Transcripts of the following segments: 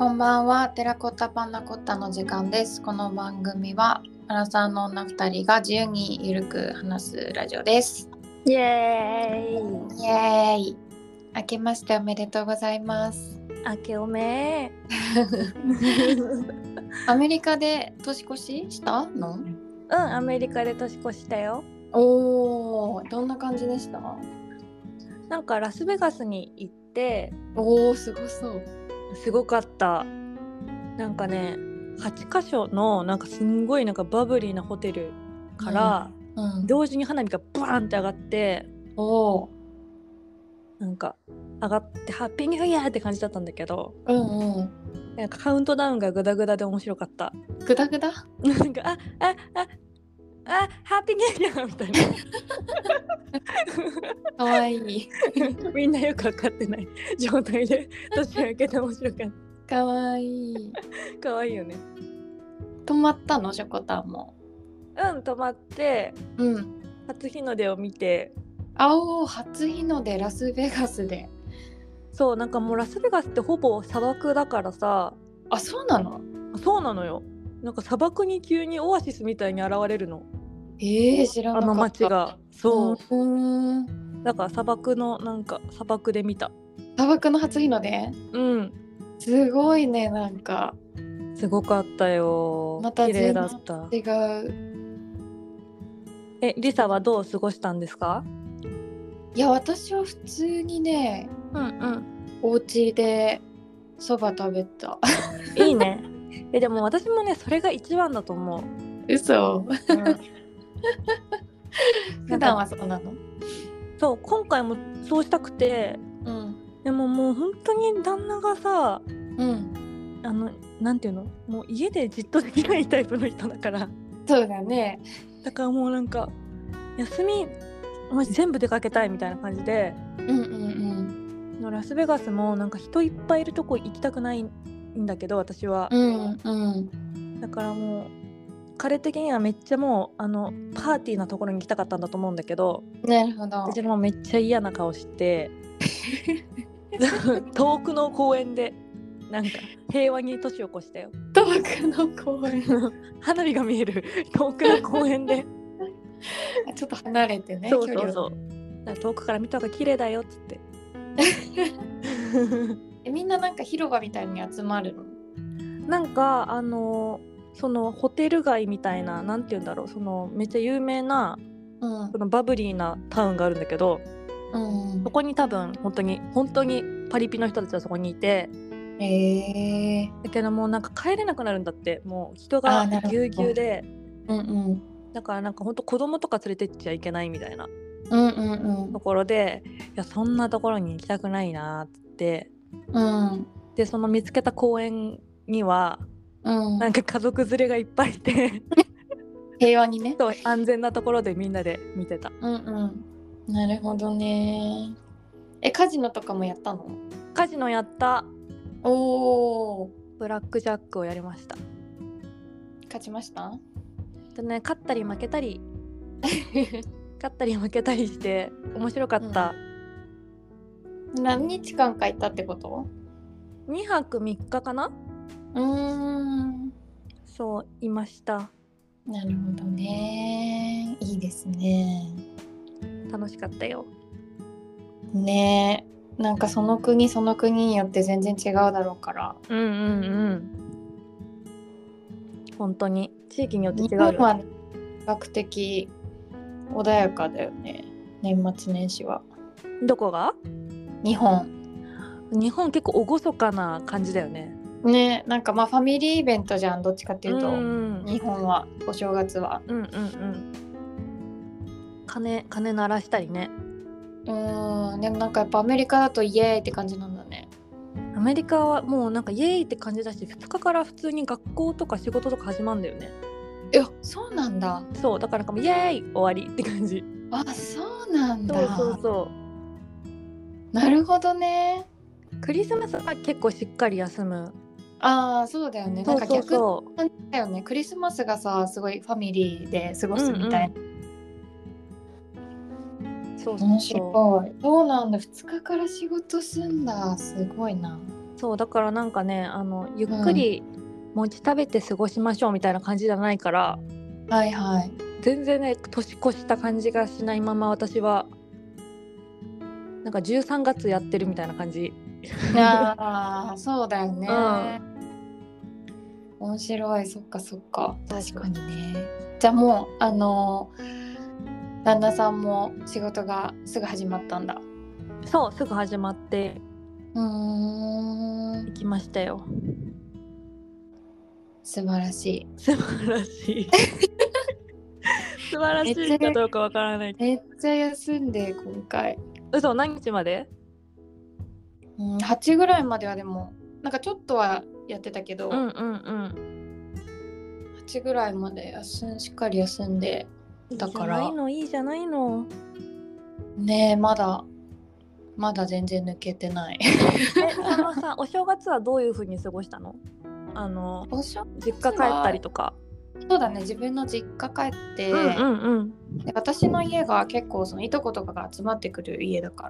こんばんは。テラコッタパンナコッタの時間です。この番組はアラサーの女2人が自由にゆるく話すラジオです。 イエーイ。 イエーイ。明けましておめでとうございます。 明けおめアメリカで年越ししたの？ アメリカで年越したよ。 おー、どんな感じでした？ なんかラスベガスに行って、 おー、すごそう。 すごかった。なんかね、8カ所のなんかすんごいなんかバブリーなホテルから、同時に花火がバーンって上がって、 おー、 なんか上がってハッピーニューイヤーって感じだったんだけど、なんかカウントダウンがグダグダで面白かった。 グダグダ？ なんかハッピーニューイヤーみたいな。 かわいい。 みんなよく分かってない状態で年明けて面白かった。 かわいい。 かわいいよね。 泊まったの？ショコタンも。 泊まって、初日の出を見て。 初日の出ラスベガスで。 そう、なんかもうラスベガスってほぼ砂漠だからさ。 あ、そうなの？ そうなのよ。なんか砂漠に急にオアシスみたいに現れるの。 知らなかった。 あの街が。そう。 だから砂漠のなんか砂漠で見た。 砂漠の初日の出？すごいね。なんかすごかったよ。 また綺麗だった。 違う。 リサはどう過ごしたんですか？ いや、私は普通にね、お家でそば食べた。 いいね。でも私もね、それが一番だと思う。 嘘。普段はそうなの？ そう、今回もそうしたくて、でももう本当に旦那がさ、なんていうの、もう家でじっとできないタイプの人だから。 そうだね。 だからもうなんか休みマジ全部出かけたいみたいな感じで、ラスベガスもなんか人いっぱいいるとこ行きたくないんだけど私は、だからもう彼的にはめっちゃもうパーティーなところに行きたかったんだと思うんだけど、 なるほど。 私もめっちゃ嫌な顔して遠くの公園でなんか平和に年を越したよ。 遠くの公園花火が見える遠くの公園でちょっと離れてね。 そうだから遠くから見た方が綺麗だよっつってみんななんか広場みたいに集まるの？ なんかそのホテル街みたいな、なんていうんだろう、そのめっちゃ有名な、そのバブリーなタウンがあるんだけど、そこに多分本当にパリピの人たちはそこにいて、だけどもうなんか帰れなくなるんだって。もう人がぎゅうぎゅうで、だからなんか本当子供とか連れてっちゃいけないみたいなところで、いやそんなところに行きたくないなって、でその見つけた公園には、なんか家族連れがいっぱいいて平和にね。 そう、安全なところでみんなで見てた。 なるほどね。カジノとかもやったの？ カジノやった。ブラックジャックをやりました。 勝ちました？ 勝ったり負けたり勝ったり負けたりして面白かった。 何日間か行ったってこと？ 2 泊3日かな。そういました。 なるほどね。いいですね。 楽しかったよね。なんかその国その国によって全然違うだろうから。 本当に地域によって違う。 日本は比較的穏やかだよね。年末年始は。 どこが？日本結構厳かな感じだよね。 ね、なんかまあファミリーイベントじゃん、どっちかっていうと、日本はお正月は。 鐘鳴らしたりね。 でもなんかやっぱアメリカだとイエーイって感じなんだね。 アメリカはもうなんかイエーイって感じだし、2日から普通に学校とか仕事とか始まるんだよね。 そうなんだ。 そうだからなんかイエーイ終わりって感じ。 そうなんだ。 そうなるほどね。 クリスマスは結構しっかり休む。 そうだよね。なんか逆だよね。クリスマスがさ、すごいファミリーで過ごすみたいな。面白い。そうなんだ。2日から仕事すんだ。すごいな。 そうだからなんかねゆっくり餅食べて過ごしましょうみたいな感じじゃないから、 はいはい。 全然ね年越した感じがしないまま私はなんか13月やってるみたいな感じ。 ああ、そうだよね。 うん。 面白い。そっかそっか。確かにね。じゃあもう旦那さんも仕事がすぐ始まったんだ。 そうすぐ始まって行きましたよ。 素晴らしい。 素晴らしい。素晴らしいかどうかわからない。 めっちゃ休んで今回。 嘘、何日まで ？8ぐらいまではでもなんかちょっとはやってたけど、8ぐらいまでしっかり休んでだからいいじゃないのねえ、まだ全然抜けてない。 そのさお正月はどういう風に過ごしたの？実家帰ったりとか。 そうだね、自分の実家帰って、で私の家が結構そのいとことかが集まってくる家だから。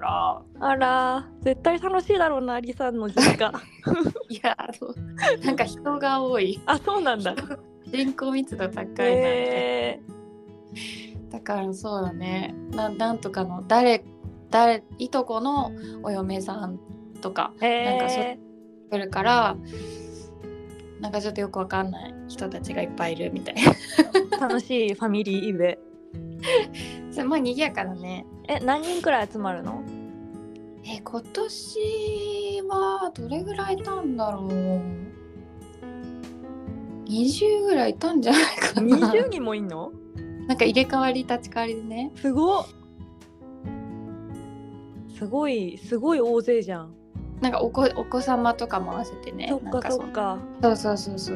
あら絶対楽しいだろうな、りさんの実家。 いやなんか人が多い。 あ、そうなんだ。 人口密度高いなみたいな。だからそうだね、なんとかのいとこのお嫁さんとか、なんかそう来るからなんかちょっとよくわかんない人たちがいっぱいいるみたいな。楽しいファミリーイベ。 まあ賑やかだね。 何人くらい集まるの？ 今年はどれぐらいいたんだろう。20ぐらいいたんじゃないかな。 20人もいんの？ なんか入れ替わり立ち替わりでね。 すごい大勢じゃん。 なんかお子様とかも合わせてね。 そっかそっか。 そう。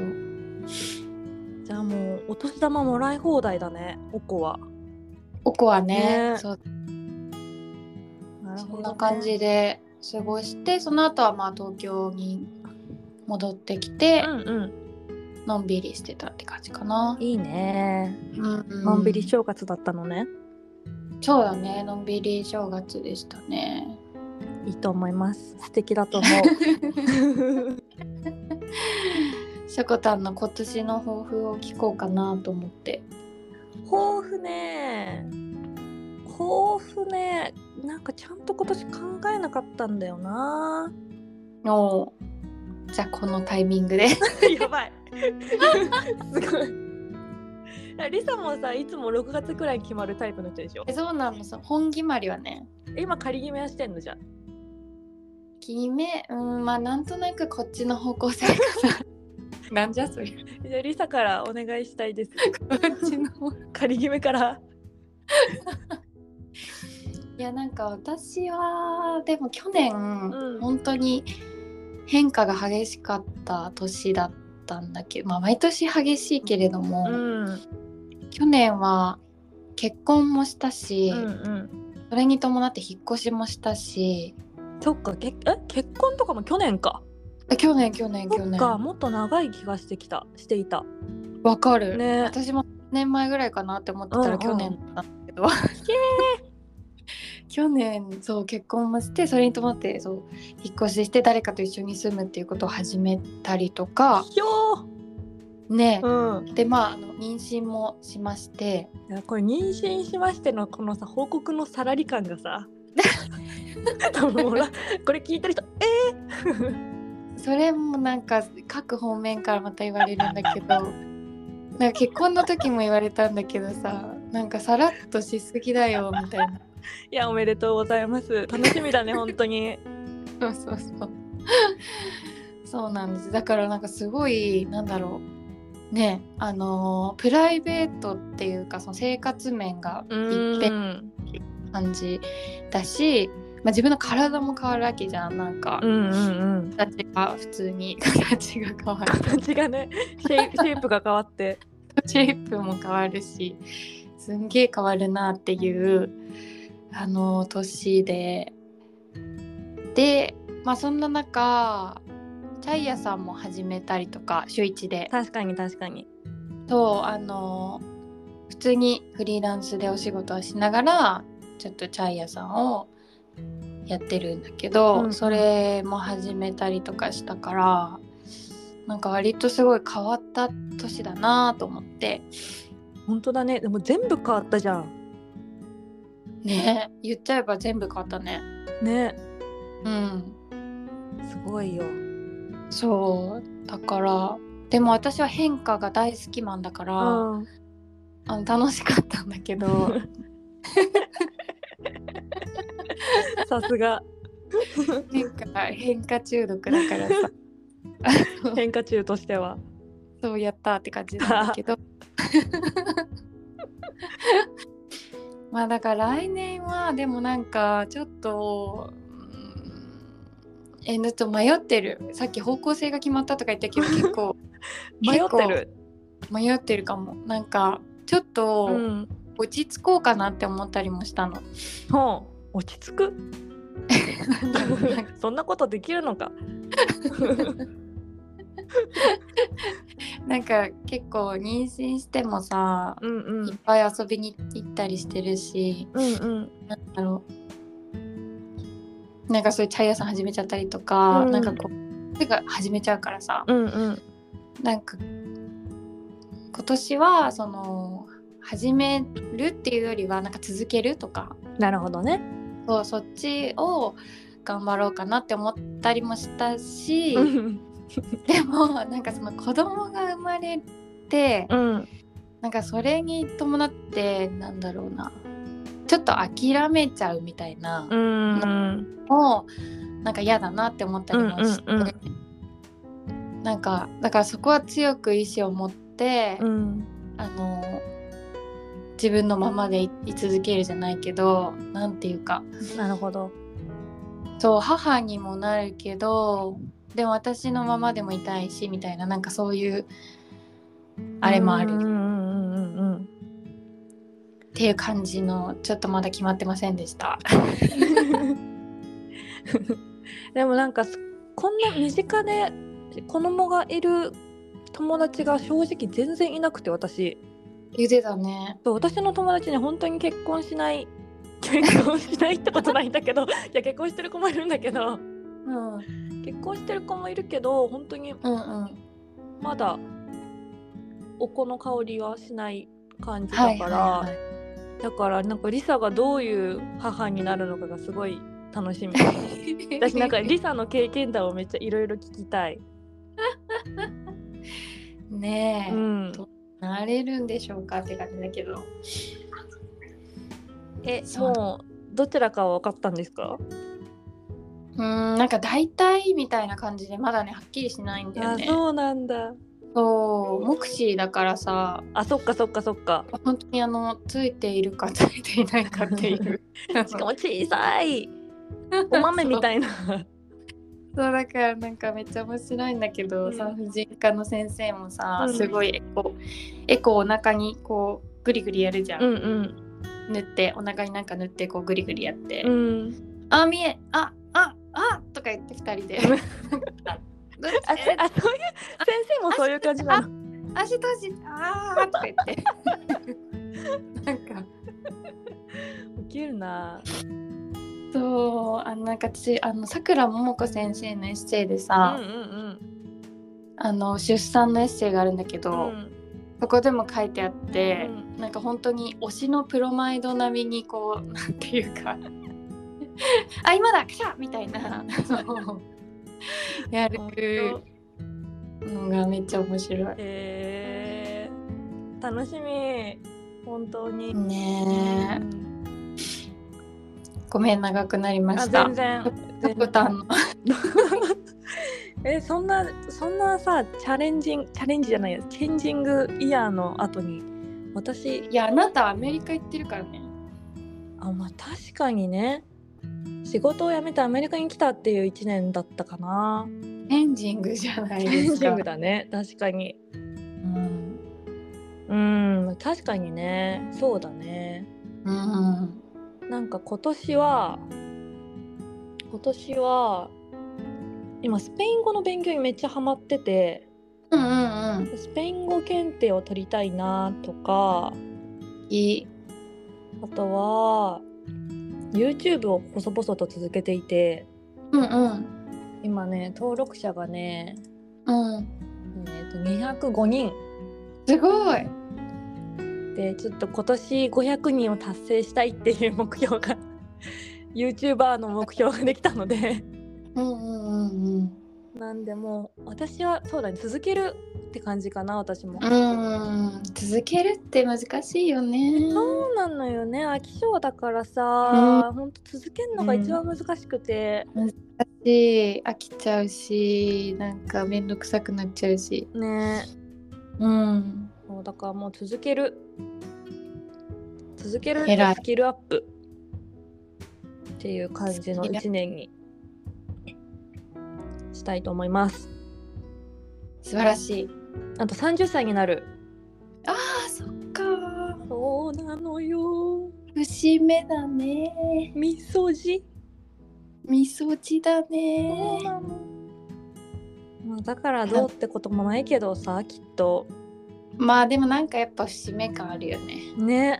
じゃあもうお年玉もらい放題だね、お子はね。そう。 なるほどね。 そんな感じで過ごして、その後はまあ東京に戻ってきて、のんびりしてたって感じかな。 いいね。のんびり正月だったのね。 そうだね、のんびり正月でしたね。 いいと思います。素敵だと思う。 しょこたんの今年の抱負を聞こうかなと思って。 抱負ね、なんかちゃんと今年考えなかったんだよな。 じゃあこのタイミングで。 やばい。すごい。リサもさ、いつも6月くらいに決まるタイプの人でしょ？ そうなの。本決まりはね。 今仮決めはしてんの？じゃまあなんとなくこっちの方向性がさ。なんじゃそれ。じゃあリサからお願いしたいです。 こっちの仮決めから。 いやなんか私はでも去年、本当に変化が激しかった年だったんだけど、まあ毎年激しいけれども、去年は結婚もしたし、それに伴って引っ越しもしたし。 そっか、結婚とかも去年か。 去年。そっか、もっと長い気がしていた。 わかる、 ね。 私も年前ぐらいかなって思ってたら去年だったんだけど、去年そう結婚もして、それに伴ってそう引っ越しして誰かと一緒に住むっていうことを始めたりとかね、でまあ妊娠もしまして。 いやこれ妊娠しましてのこのさ報告のさらり感がさ多分ほらこれ聞いてる人それもなんか各方面からまた言われるんだけどなんか結婚の時も言われたんだけどさ、なんかさらっとしすぎだよみたいな。 いやおめでとうございます。楽しみだね本当に。 そうそうなんです。だからなんかすごいなんだろうね、プライベートっていうかその生活面が一変感じだし、まあ、自分の体も変わるわけじゃん。なんか、形が普通に形が変わる。 形がねシェイプが変わってシェイプも変わるし、すんげえ変わるなっていう年で、まあそんな中チャイヤさんも始めたりとか、週1で。 確かにそう普通にフリーランスでお仕事をしながらちょっとチャイヤさんをやってるんだけど、 うん、 それも始めたりとかしたから、なんか割とすごい変わった年だなと思って。 本当だね。でも全部変わったじゃん。 ね、言っちゃえば全部変わったね。 ね。 うん。 すごいよ。 そうだから、でも私は変化が大好きマンだから、 うん、 楽しかったんだけどさすが変化中毒だからさ変化中としてはそうやったって感じなんだけどまあだから来年はでもなんかちょっと迷ってる。さっき方向性が決まったとか言ったけど結構迷ってるかも。なんかちょっと落ち着こうかなって思ったりもしたの。 落ち着くそんなことできるのかなんか結構妊娠してもさ、いっぱい遊びに行ったりしてるし、なんだろう、なんかそういうチャイ屋さん始めちゃったりとか、なんかこう手が始めちゃうからさ、なんか今年はその始めるっていうよりはなんか続けるとか。 なるほどね。 そっちを頑張ろうかなって思ったりもしたしでもなんかその子供が生まれて、なんかそれに伴ってなんだろうな、ちょっと諦めちゃうみたいなのもなんか嫌だなって思ったりもして、なんかだからそこは強く意志を持って、自分のままで い続けるじゃないけど、なんていうか、 なるほど。 そう母にもなるけどでも私のままでもいたいしみたいな、なんかそういうあれもあるっていう感じの、ちょっとまだ決まってませんでしたでもなんかこんな身近で子供がいる友達が正直全然いなくて、私言ってたね。 私の友達に本当に結婚しないってことないんだけどいや結婚してる子もいるんだけど、結婚してる子もいるけど本当にまだお子の香りはしない感じだから、だからなんかリサがどういう母になるのかがすごい楽しみ私なんかリサの経験談をめっちゃいろいろ聞きたいねえ、どうなれるんでしょうかって感じだけど。 もうどちらかは分かったんですか？ なんか大体みたいな感じでまだねはっきりしないんだよね。 そうなんだ。 そう目視だからさ。 そっか本当についているかついていないかっていうしかも小さいお豆みたいなそうだからなんかめっちゃ面白いんだけど、産婦人科の先生もさ、すごいエコお腹にこうグリグリやるじゃん、塗ってお腹になんか塗ってこうグリグリやって、とか言って2人でそういう先生もそういう感じなの。 足と足とか言ってなんかウケるな。 そうなんか私さくらももこ先生のエッセイでさ、出産のエッセイがあるんだけど、そこでも書いてあって、なんか本当に推しのプロマイド並みにこうなんていうか今だクシャみたいなやるのがめっちゃ面白い。 楽しみ本当にね。ごめん長くなりました。 全然そんなさチャレンジじゃないやチェンジングイヤーの後にいやあなたアメリカ行ってるからね。 まあ確かにね、仕事を辞めてアメリカに来たっていう1年だったかな。 チェンジングじゃないですか。 チェンジングだね、確かに。確かにね、そうだね。なんか今年は今スペイン語の勉強にめっちゃハマってて、スペイン語検定を取りたいなとか、あとは YouTube を細々と続けていて、 うんうん、 今ね登録者がね、 205 人。 すごい。 でちょっと今年500人を達成したいっていう目標がYouTuber の目標ができたのでなんでもう私はそうだね、続けるって感じかな。私も続けるって難しいよね。 そうなのよね、飽き性だからさ、ほんと続けるのが一番難しくて、 難しい、飽きちゃうし、なんかめんどくさくなっちゃうしね。そうだからもう続けるスキルアップっていう感じの1年にしたいと思います。 素晴らしい。 あと30歳になる。 あー、そっか。 そうなのよ。 節目だね。 みそじだね。 そうなの。まあ、だからどうってこともないけどさ、きっと。 まあでもなんかやっぱ節目感あるよね。 ね。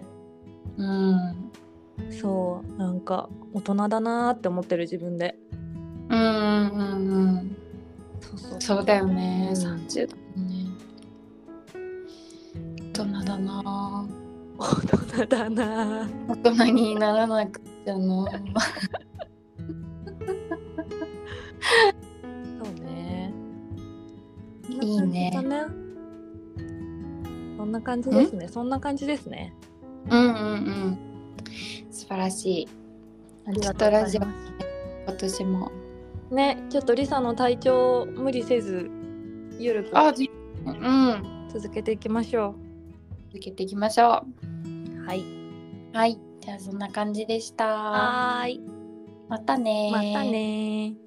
そうなんか大人だなって思ってる自分で。 そうだよね。30だもんね。大人だな。大人にならなくちゃな。 そうね。 いいね。 そんな感じですね。そんな感じですね。 素晴らしい。 ありがとうございます。 私もね、ちょっとリサの体調無理せずゆるく続けていきましょう。 はい、じゃあそんな感じでした。 はい、 またね。